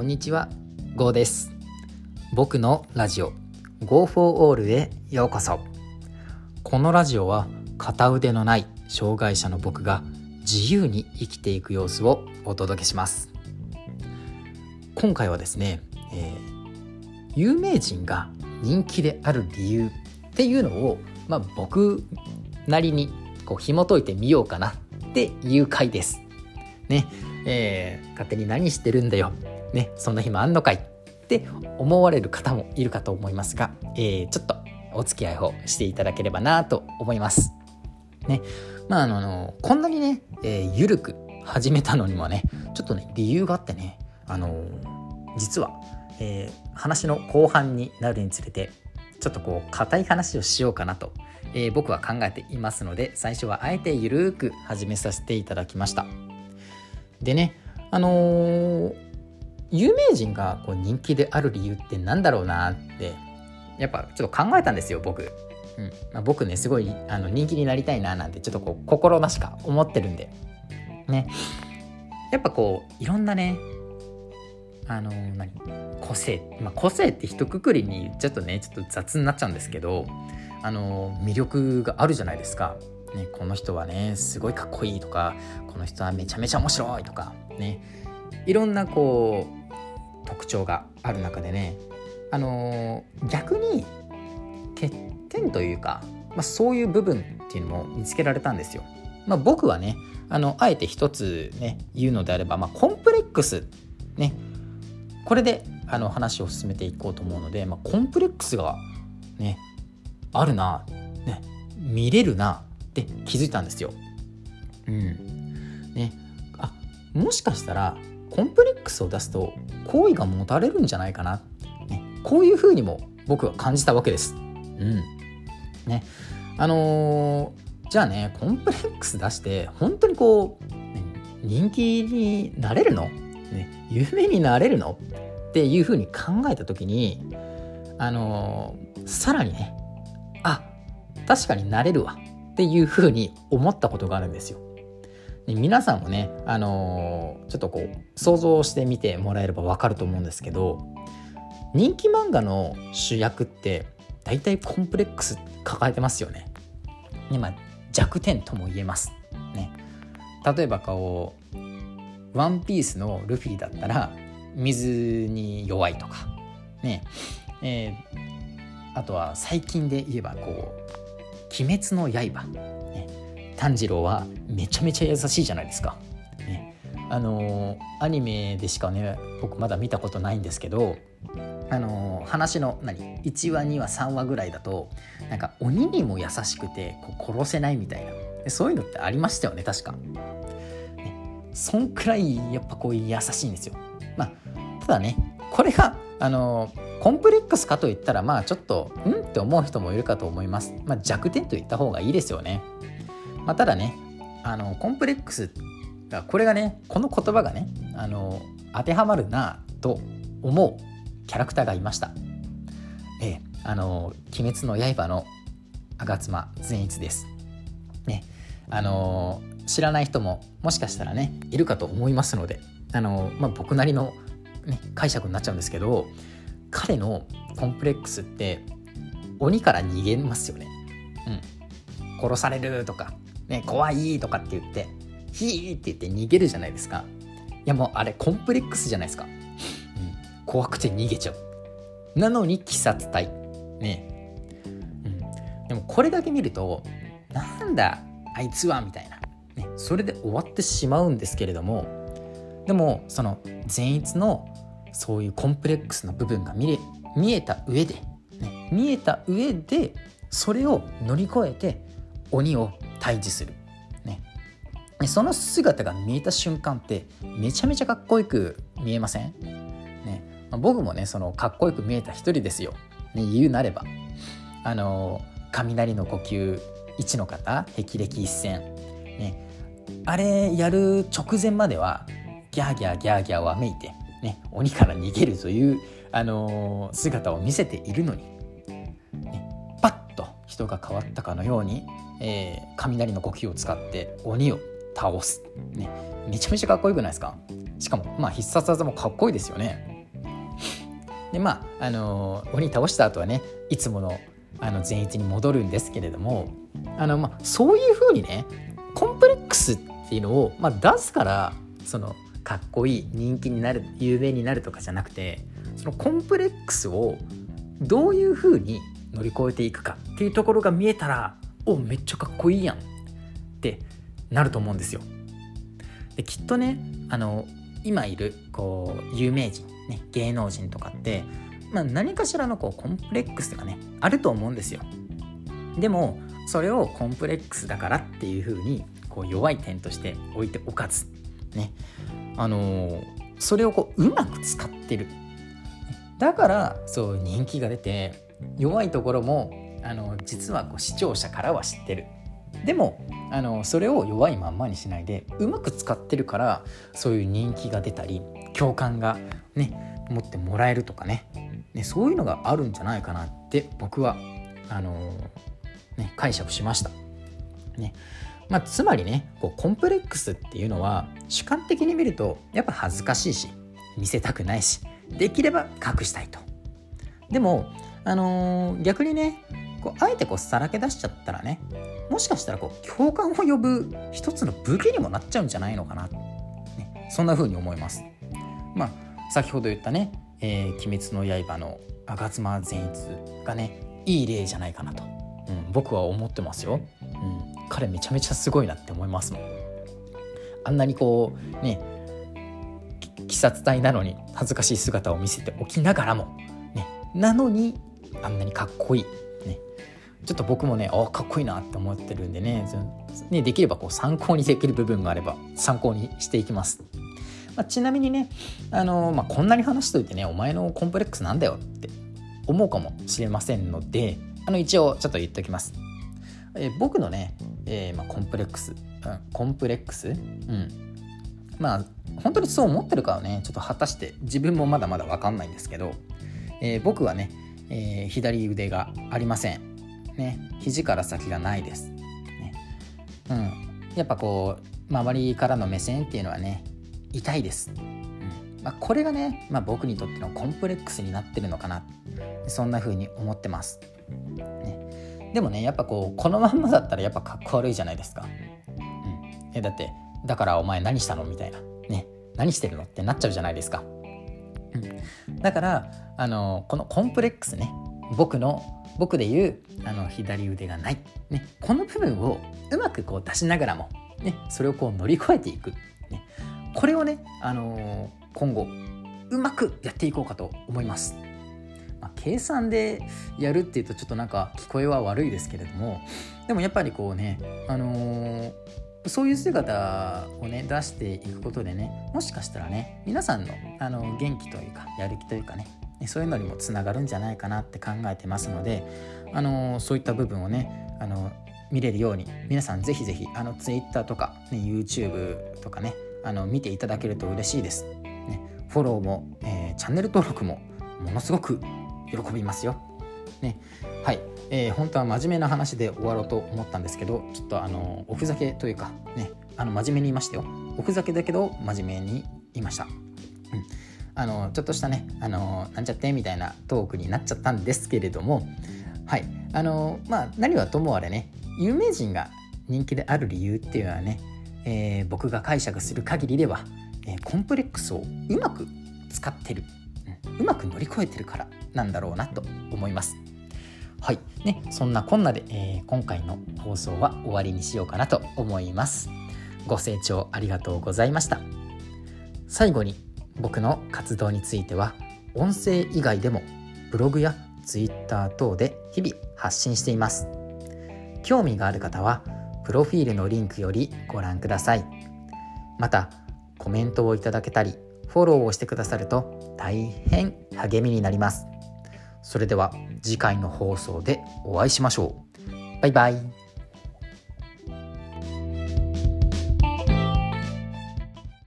にちは、ゴーです。僕のラジオ Go for All へようこそ。このラジオは片腕のない障害者の僕が自由に生きていく様子をお届けします。今回はですね、有名人が人気である理由っていうのを、僕なりに紐解いてみようかなっていう回ですね。勝手に何してるんだよね、そんな暇あんのかいって思われる方もいるかと思いますが、ちょっとお付き合いをしていただければなと思いますね。こんなにね、ゆるく始めたのにもね、ちょっとね理由があってね、実は、話の後半になるにつれてちょっと固い話をしようかなと、僕は考えていますので、最初はあえてゆるく始めさせていただきました。でね、有名人が人気である理由ってなんだろうなってやっぱちょっと考えたんですよ、僕。僕ね、すごい人気になりたいななんてちょっと心なしか思ってるんでね。やっぱいろんなね、個性、個性って一括りに言っちゃうとねちょっと雑になっちゃうんですけど、魅力があるじゃないですかね。この人はねすごいかっこいいとか、この人はめちゃめちゃ面白いとかね、いろんな特徴がある中でね、逆に欠点というか、そういう部分っていうのも見つけられたんですよ。僕はね、あえて一つね言うのであれば、コンプレックスね、これで話を進めていこうと思うので、コンプレックスがねあるな、ね、見れるなって気づいたんですよ。もしかしたらコンプレックスを出すと好意が持たれるんじゃないかな、ね、こういうふうにも僕は感じたわけです。じゃあね、コンプレックス出して本当に人気になれるの、有名になれるのっていうふうに考えた時に、さらにね、確かになれるわっていうふうに思ったことがあるんですよ。皆さんもね、ちょっと想像してみてもらえれば分かると思うんですけど、人気漫画の主役って大体コンプレックス抱えてますよね。弱点とも言えますね。例えばワンピースのルフィだったら水に弱いとかね、あとは最近で言えば鬼滅の刃、炭治郎はめちゃめちゃ優しいじゃないですか、アニメでしかね僕まだ見たことないんですけど、話の1話2話3話ぐらいだと鬼にも優しくて殺せないみたいな、そういうのってありましたよね、確か。そんくらいやっぱ優しいんですよ。ただね、これがコンプレックスかといったらちょっとって思う人もいるかと思います。弱点と言った方がいいですよね。ただね、コンプレックスがこの言葉がね当てはまるなと思うキャラクターがいました。鬼滅の刃の吾妻善逸ですね。知らない人ももしかしたらねいるかと思いますので、僕なりの、解釈になっちゃうんですけど、彼のコンプレックスって鬼から逃げますよね。殺されるとか、怖いとかって言ってヒーって言って逃げるじゃないですか。いやもうあれコンプレックスじゃないですか。怖くて逃げちゃう。なのに鬼殺隊ね、でもこれだけ見るとなんだあいつはみたいな、それで終わってしまうんですけれども、でもその善逸のそういうコンプレックスの部分が見えた上で、それを乗り越えて鬼を退治する、その姿が見えた瞬間ってめちゃめちゃかっこよく見えません？僕もねそのかっこよく見えた一人ですよ、言うなれば雷の呼吸1の方霹靂一閃、あれやる直前まではギャーギャーギャーギャーわめいて、鬼から逃げるという、姿を見せているのに、パッと人が変わったかのように、雷の呼吸を使って鬼を倒す、めちゃめちゃかっこよくないですか？しかも必殺技もかっこいいですよね。 で鬼倒した後はねいつもの善逸に戻るんですけれども、そういう風にねコンプレックスっていうのを、出すからかっこいい人気になる有名になるとかじゃなくて、そのコンプレックスをどういう風に乗り越えていくかっていうところが見えたら、めっちゃかっこいいやんってなると思うんですよ。できっとね今いる有名人、ね、芸能人とかって、何かしらのコンプレックスがねあると思うんですよ。でもそれをコンプレックスだからっていう風に弱い点として置いておかずね、それをうまく使ってる。だからそう人気が出て、弱いところも実は視聴者からは知ってる。でもそれを弱いまんまにしないでうまく使ってるから、そういう人気が出たり共感がね持ってもらえるとかね、そういうのがあるんじゃないかなって僕は解釈しました、ね。つまりねコンプレックスっていうのは主観的に見るとやっぱ恥ずかしいし見せたくないし、できれば隠したいと。でも逆にねあえてさらけ出しちゃったらね、もしかしたら共感を呼ぶ一つの武器にもなっちゃうんじゃないのかな、ね、そんな風に思います。先ほど言ったね、鬼滅の刃の吾妻善逸がねいい例じゃないかなと、僕は思ってますよ。彼めちゃめちゃすごいなって思いますもん。あんなに鬼殺隊なのに恥ずかしい姿を見せておきながらも、ね、なのにあんなにかっこいい、ね、ちょっと僕もねかっこいいなって思ってるんでね、できれば参考にできる部分があれば参考にしていきます。ちなみにねこんなに話しといてねお前のコンプレックスなんだよって思うかもしれませんので、一応ちょっと言っておきます。僕のね、コンプレックス、本当にそう思ってるかはねちょっと果たして自分もまだまだ分かんないんですけど、僕はね、左腕がありません、ね、肘から先がないです、ね。やっぱ周りからの目線っていうのはね痛いです。これがね、僕にとってのコンプレックスになってるのかな、そんな風に思ってます、ね。でもねやっぱこのまんまだったらやっぱかっこ悪いじゃないですか。だってだからお前何したのみたいなね、何してるのってなっちゃうじゃないですか。だからこのコンプレックスね、僕で言う左腕がない、ね、この部分をうまく出しながらも、ね、それを乗り越えていく、ね、これをね、今後うまくやっていこうかと思います。計算でやるっていうとちょっとなんか聞こえは悪いですけれども、でもやっぱりそういう姿をね出していくことでね、もしかしたらね皆さんの元気というかやる気というかね、そういうのにもつながるんじゃないかなって考えてますので、そういった部分をね見れるように皆さんぜひぜひTwitter とか、ね、YouTube とかね見ていただけると嬉しいです、ね。フォローも、チャンネル登録もものすごく喜びますよ、ね。はい、本当は真面目な話で終わろうと思ったんですけど、ちょっとおふざけというかね真面目に言いましたよ。おふざけだけど真面目に言いました。ちょっとしたねなんちゃってみたいなトークになっちゃったんですけれども、はい何はともあれね、有名人が人気である理由っていうのはね、僕が解釈する限りでは、コンプレックスをうまく使ってる、うまく乗り越えてるからなんだろうなと思います。はいね、そんなこんなで、今回の放送は終わりにしようかなと思います。ご清聴ありがとうございました。最後に僕の活動については音声以外でもブログやツイッター等で日々発信しています。興味がある方はプロフィールのリンクよりご覧ください。またコメントをいただけたりフォローをしてくださると大変励みになります。それでは次回の放送でお会いしましょう。バイバイ。